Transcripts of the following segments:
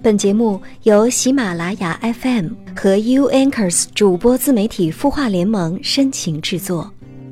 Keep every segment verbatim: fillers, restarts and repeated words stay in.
本节目由喜马拉雅 F M 和 U Anchors 主播自媒体孵化联盟深情制作。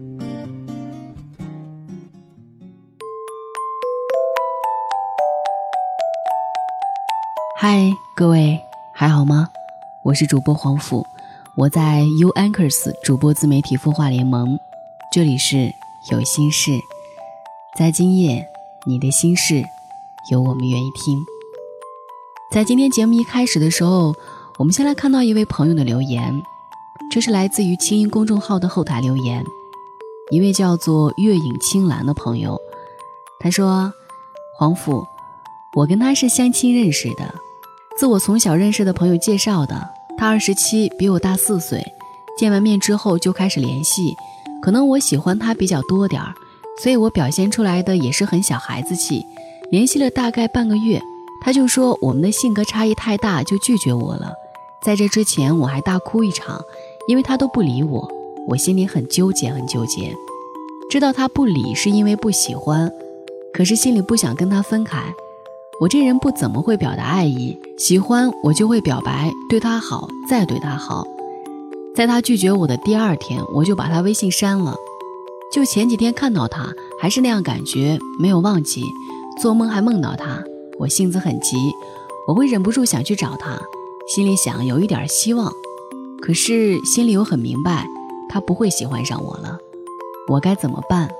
嗨，各位还好吗？我是主播黄甫，我在 U Anchors 主播自媒体孵化联盟，这里是有心事，在今夜，你的心事有我们愿意听。在今天节目一开始的时候，我们先来看到一位朋友的留言，这是来自于清音公众号的后台留言，一位叫做月影青蓝的朋友，他说：黄甫，我跟他是相亲认识的，自我从小认识的朋友介绍的，他二十七，比我大四岁，见完面之后就开始联系，可能我喜欢他比较多点儿，所以我表现出来的也是很小孩子气。联系了大概半个月，他就说我们的性格差异太大，就拒绝我了。在这之前我还大哭一场，因为他都不理我，我心里很纠结很纠结。知道他不理是因为不喜欢，可是心里不想跟他分开。我这人不怎么会表达爱意，喜欢我就会表白，对他好，再对他好。在他拒绝我的第二天，我就把他微信删了。就前几天看到他，还是那样感觉，没有忘记，做梦还梦到他，我性子很急，我会忍不住想去找他，心里想有一点希望，可是心里又很明白，他不会喜欢上我了，我该怎么办？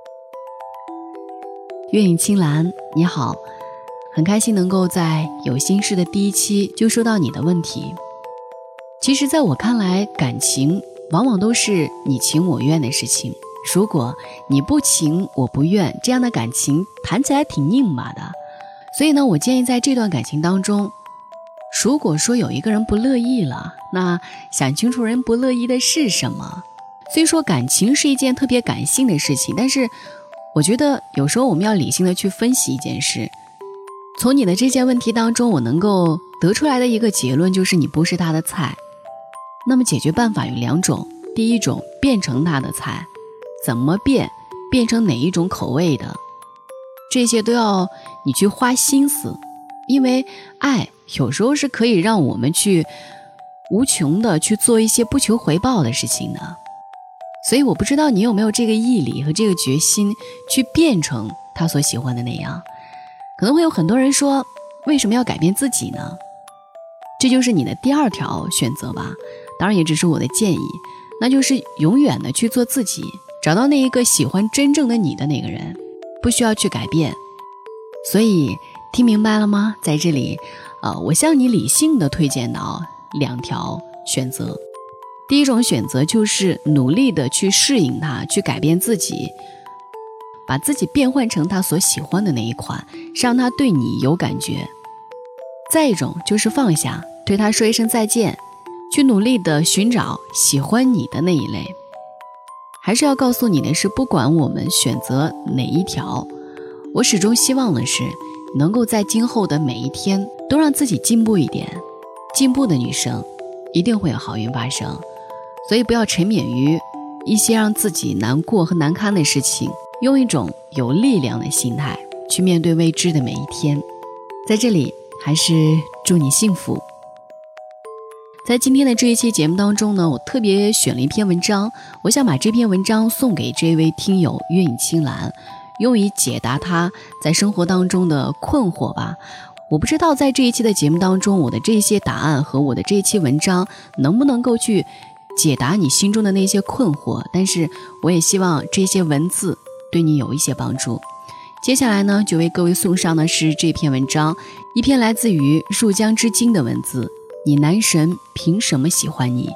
月影青蓝，你好，很开心能够在有心事的第一期就说到你的问题。其实在我看来，感情往往都是你情我愿的事情，如果你不情我不愿，这样的感情谈起来挺拧巴的。所以呢，我建议在这段感情当中，如果说有一个人不乐意了，那想清楚人不乐意的是什么。虽说感情是一件特别感性的事情，但是我觉得有时候我们要理性的去分析一件事。从你的这件问题当中，我能够得出来的一个结论就是你不是他的菜。那么解决办法有两种，第一种，变成他的菜，怎么变，变成哪一种口味的，这些都要你去花心思，因为爱有时候是可以让我们去无穷的去做一些不求回报的事情的。所以我不知道你有没有这个毅力和这个决心去变成他所喜欢的那样。可能会有很多人说，为什么要改变自己呢？这就是你的第二条选择吧，当然也只是我的建议，那就是永远的去做自己，找到那一个喜欢真正的你的那个人，不需要去改变。所以听明白了吗？在这里呃，我向你理性的推荐到两条选择。第一种选择就是努力的去适应他，去改变自己，把自己变换成他所喜欢的那一款，让他对你有感觉。再一种就是放下，对他说一声再见，去努力的寻找喜欢你的那一类。还是要告诉你的是，不管我们选择哪一条，我始终希望的是能够在今后的每一天都让自己进步一点。进步的女生一定会有好运发生，所以不要沉湎于一些让自己难过和难堪的事情，用一种有力量的心态去面对未知的每一天。在这里还是祝你幸福。在今天的这一期节目当中呢，我特别选了一篇文章，我想把这篇文章送给这位听友月影青蓝，用以解答他在生活当中的困惑吧。我不知道在这一期的节目当中，我的这些答案和我的这一期文章能不能够去解答你心中的那些困惑，但是我也希望这些文字对你有一些帮助。接下来呢，就为各位送上的是这篇文章，一篇来自于入江之鲸的文字，你男神凭什么喜欢你？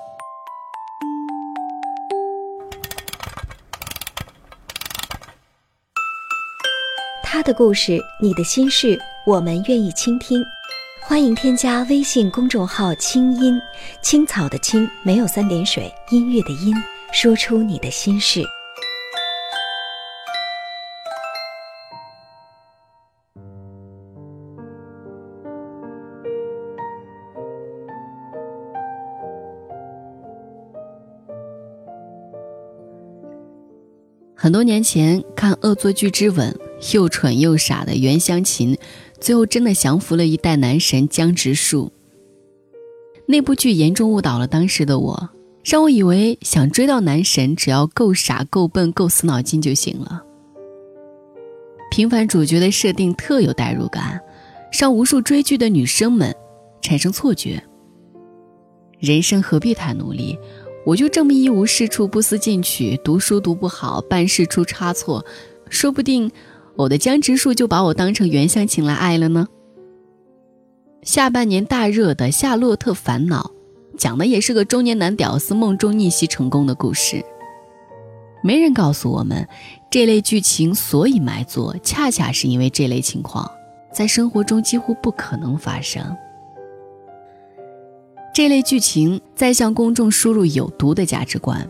他的故事，你的心事，我们愿意倾听。欢迎添加微信公众号清音，青草的青，没有三点水，音乐的音，说出你的心事。 很多年前看《恶作剧之吻》，又蠢又傻的袁湘琴最后真的降服了一代男神江直树。那部剧严重误导了当时的我，让我以为想追到男神只要够傻够笨够死脑筋就行了。平凡主角的设定特有代入感，让无数追剧的女生们产生错觉。人生何必太努力，我就这么一无是处，不思进取，读书读不好，办事出差错，说不定我的江直树就把我当成原乡情来爱了呢。下半年大热的《夏洛特烦恼》，讲的也是个中年男屌丝梦中逆袭成功的故事。没人告诉我们，这类剧情所以卖座，恰恰是因为这类情况在生活中几乎不可能发生。这类剧情在向公众输入有毒的价值观。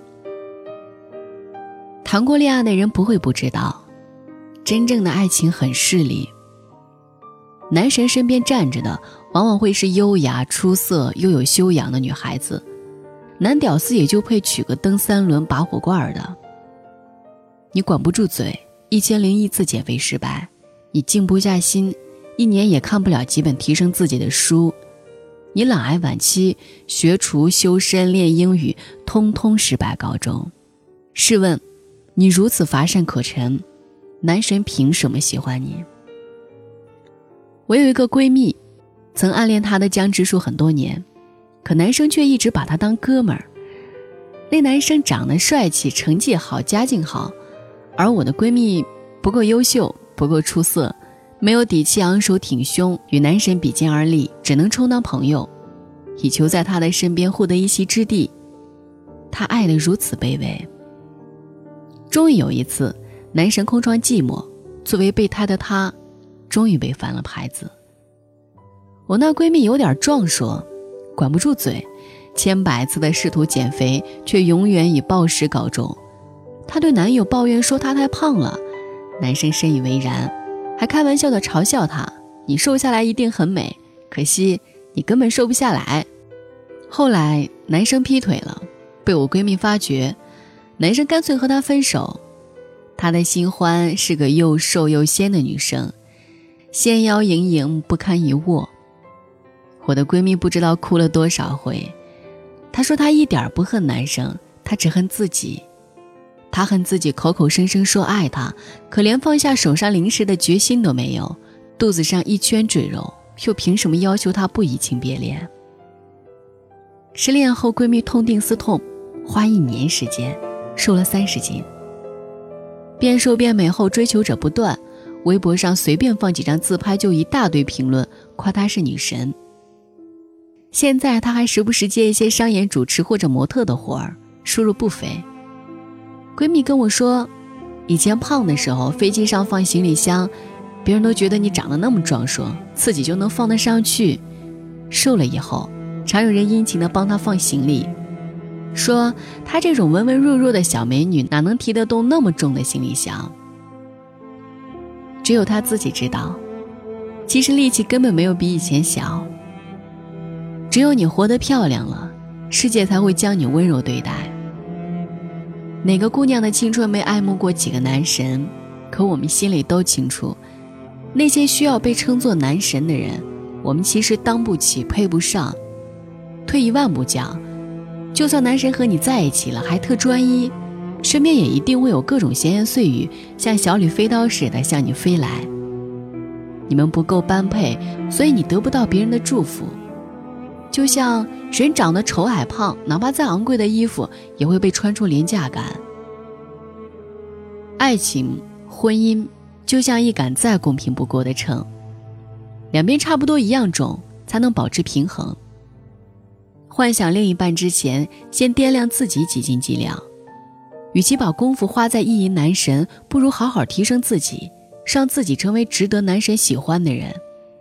谈过恋爱的人不会不知道，真正的爱情很势利。男神身边站着的往往会是优雅出色又有修养的女孩子，男屌丝也就配娶个蹬三轮拔火罐的。你管不住嘴，一千零一次减肥失败，你静不下心，一年也看不了几本提升自己的书，你懒癌晚期，学厨修身练英语通通失败告终。试问你如此乏善可陈，男神凭什么喜欢你？我有一个闺蜜，曾暗恋她的江直树很多年，可男生却一直把她当哥们儿。那男生长得帅气，成绩好，家境好，而我的闺蜜不够优秀，不够出色，没有底气昂首挺胸与男神比肩而立，只能充当朋友，以求在他的身边获得一席之地。她爱得如此卑微。终于有一次，男神空窗寂寞，作为备胎的她终于被翻了牌子。我那闺蜜有点壮说，管不住嘴，千百次的试图减肥，却永远以暴食告终。她对男友抱怨说她太胖了，男生深以为然，还开玩笑地嘲笑她，你瘦下来一定很美，可惜你根本瘦不下来。后来男生劈腿了，被我闺蜜发觉，男生干脆和她分手。她的新欢是个又瘦又仙的女生，纤腰盈盈，不堪一握。我的闺蜜不知道哭了多少回，她说她一点不恨男生，她只恨自己。她恨自己口口声声说爱他，可连放下手上零食的决心都没有，肚子上一圈赘肉，又凭什么要求他不移情别恋？失恋后，闺蜜痛定思痛，花一年时间瘦了三十斤。变瘦变美后，追求者不断，微博上随便放几张自拍就一大堆评论，夸她是女神。现在她还时不时接一些商演主持或者模特的活儿，收入不菲。闺蜜跟我说，以前胖的时候，飞机上放行李箱，别人都觉得你长得那么壮硕，自己就能放得上去。瘦了以后，常有人殷勤地帮她放行李，说她这种文文弱弱的小美女哪能提得动那么重的行李箱。只有她自己知道，其实力气根本没有比以前小。只有你活得漂亮了，世界才会将你温柔对待。哪个姑娘的青春没爱慕过几个男神？可我们心里都清楚，那些需要被称作男神的人，我们其实当不起，配不上。退一万步讲，就算男神和你在一起了，还特专一，身边也一定会有各种闲言碎语，像小李飞刀似的向你飞来。你们不够般配，所以你得不到别人的祝福。就像人长得丑矮胖，哪怕再昂贵的衣服也会被穿出廉价感。爱情婚姻就像一杆再公平不过的秤，两边差不多一样重，才能保持平衡。幻想另一半之前，先掂量自己几斤几两。与其把功夫花在意淫男神，不如好好提升自己，让自己成为值得男神喜欢的人。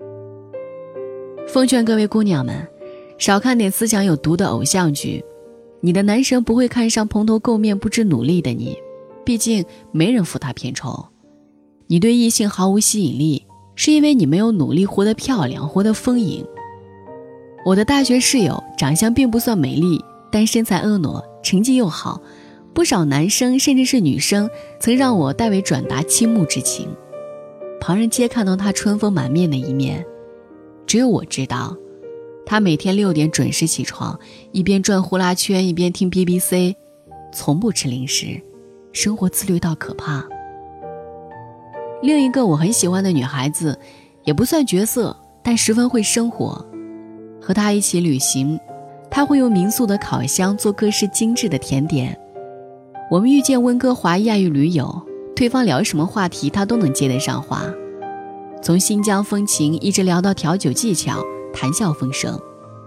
奉劝各位姑娘们，少看点思想有毒的偶像剧，你的男神不会看上蓬头垢面不知努力的你，毕竟没人付他片酬。你对异性毫无吸引力，是因为你没有努力活得漂亮，活得丰盈。我的大学室友长相并不算美丽，但身材婀娜，成绩又好，不少男生甚至是女生曾让我代为转达倾慕之情。 旁人皆看到他春风满面的一面，只有我知道他每天六点准时起床，一边转呼啦圈一边听 B B C， 从不吃零食，生活自律到可怕。另一个我很喜欢的女孩子，也不算角色，但十分会生活。和她一起旅行，她会用民宿的烤箱做各式精致的甜点。我们遇见温哥华亚裔驴友，对方聊什么话题她都能接得上话，从新疆风情一直聊到调酒技巧，谈笑风生。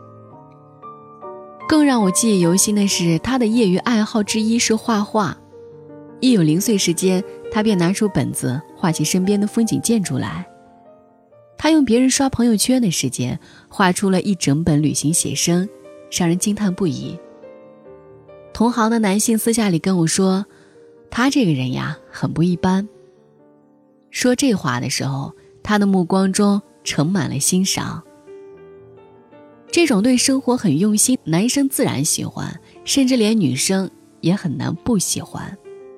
更让我记忆犹新的是，她的业余爱好之一是画画。一有零碎时间，她便拿出本子画起身边的风景建筑来。她用别人刷朋友圈的时间画出了一整本旅行写生，让人惊叹不已。同行的男性私下里跟我说，他这个人呀很不一般。说这话的时候，他的目光中盛满了欣赏。这种对生活很用心，男生自然喜欢，甚至连女生也很难不喜欢。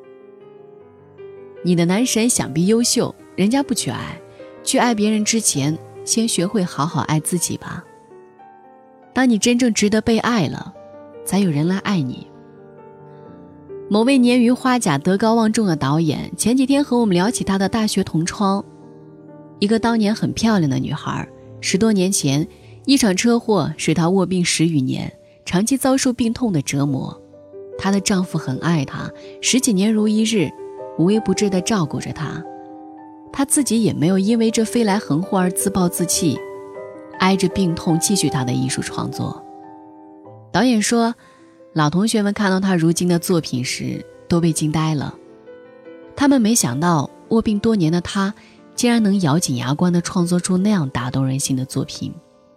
你的男神想必优秀，人家不缺爱，去爱别人之前，先学会好好爱自己吧。当你真正值得被爱了，才有人来爱你。某位年逾花甲德高望重的导演前几天和我们聊起他的大学同窗，一个当年很漂亮的女孩，十多年前一场车祸使她卧病十余年，长期遭受病痛的折磨。她的丈夫很爱她，十几年如一日，无微不至地照顾着她。她自己也没有因为这飞来横祸而自暴自弃，挨着病痛继续她的艺术创作。导演说，老同学们看到他如今的作品时都被惊呆了，他们没想到卧病多年的他竟然能咬紧牙关地创作出那样打动人心的作品。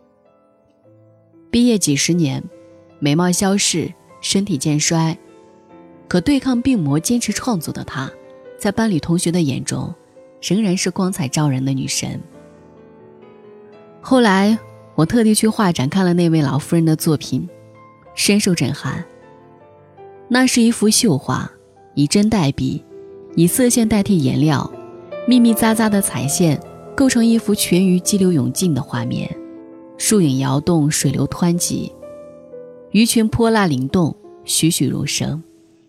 毕业几十年，美貌消逝，身体渐衰，可对抗病魔坚持创作的他，在班里同学的眼中仍然是光彩照人的女神。后来我特地去画展看了那位老夫人的作品，深受震撼。那是一幅绣画，以针代笔，以色线代替颜料，密密匝匝的彩线构成一幅全鱼激流勇进的画面，树影摇动，水流湍急，鱼群泼辣灵动，栩栩如生。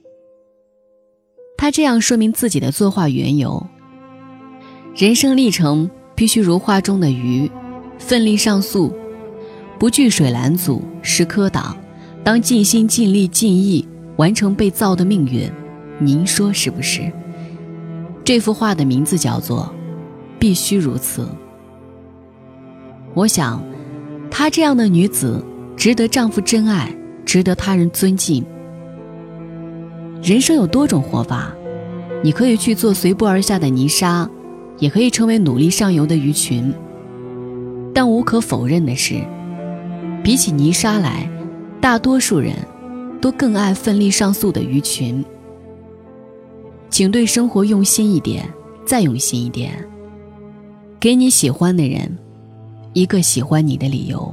他这样说明自己的作画缘由：人生历程必须如画中的鱼，奋力上溯，不惧水拦阻，时刻挡，当尽心尽力尽意完成被造的命运。您说是不是？这幅画的名字叫做必须如此。我想她这样的女子值得丈夫真爱，值得他人尊敬。人生有多种活法，你可以去做随波而下的泥沙，也可以成为努力上游的鱼群。但无可否认的是，比起泥沙来，大多数人都更爱奋力上溯的鱼群。请对生活用心一点，再用心一点，给你喜欢的人一个喜欢你的理由。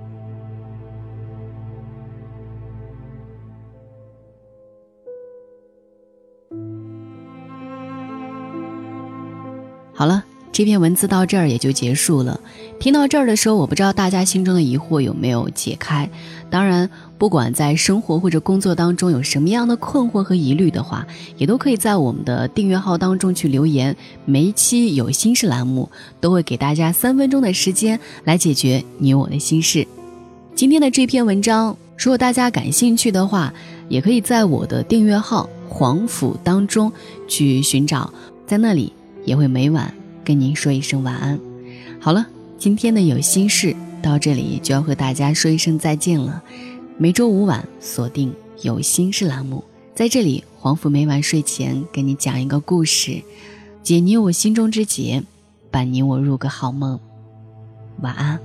好了，这篇文字到这儿也就结束了。听到这儿的时候，我不知道大家心中的疑惑有没有解开。当然，不管在生活或者工作当中有什么样的困惑和疑虑的话，也都可以在我们的订阅号当中去留言。每一期有心事栏目都会给大家三分钟的时间来解决你我的心事。今天的这篇文章，如果大家感兴趣的话，也可以在我的订阅号黄甫当中去寻找，在那里也会每晚跟您说一声晚安。好了，今天的有心事到这里就要和大家说一声再见了。每周五晚锁定有心事栏目，在这里黄甫每晚睡前给你讲一个故事，解你我心中之结，伴你我入个好梦。晚安。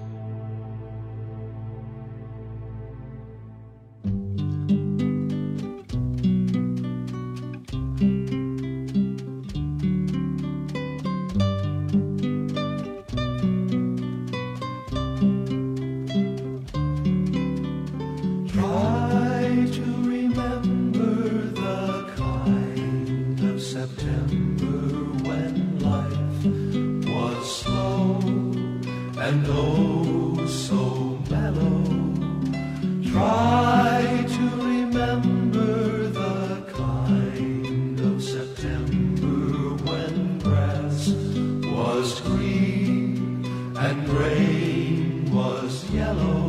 September when life was rain was yellow.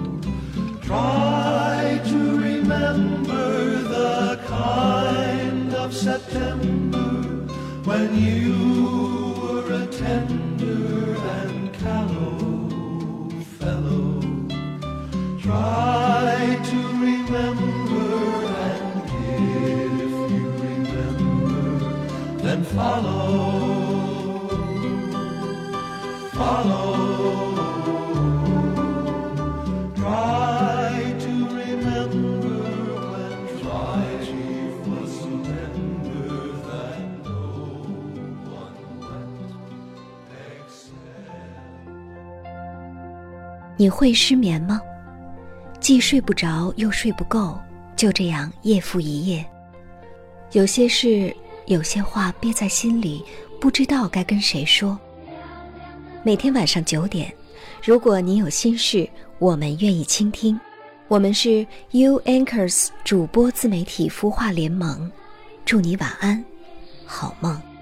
Try to remember the kind of September when you were a tender and callow fellow. Try to remember, and if you remember, then follow, follow. Try to remember when try to surrender that no one went except. 你会失眠吗？既睡不着又睡不够，就这样夜复一夜。有些事，有些话憋在心里，不知道该跟谁说。每天晚上九点，如果你有心事，我们愿意倾听。我们是 U Anchors 主播自媒体孵化联盟，祝你晚安，好梦。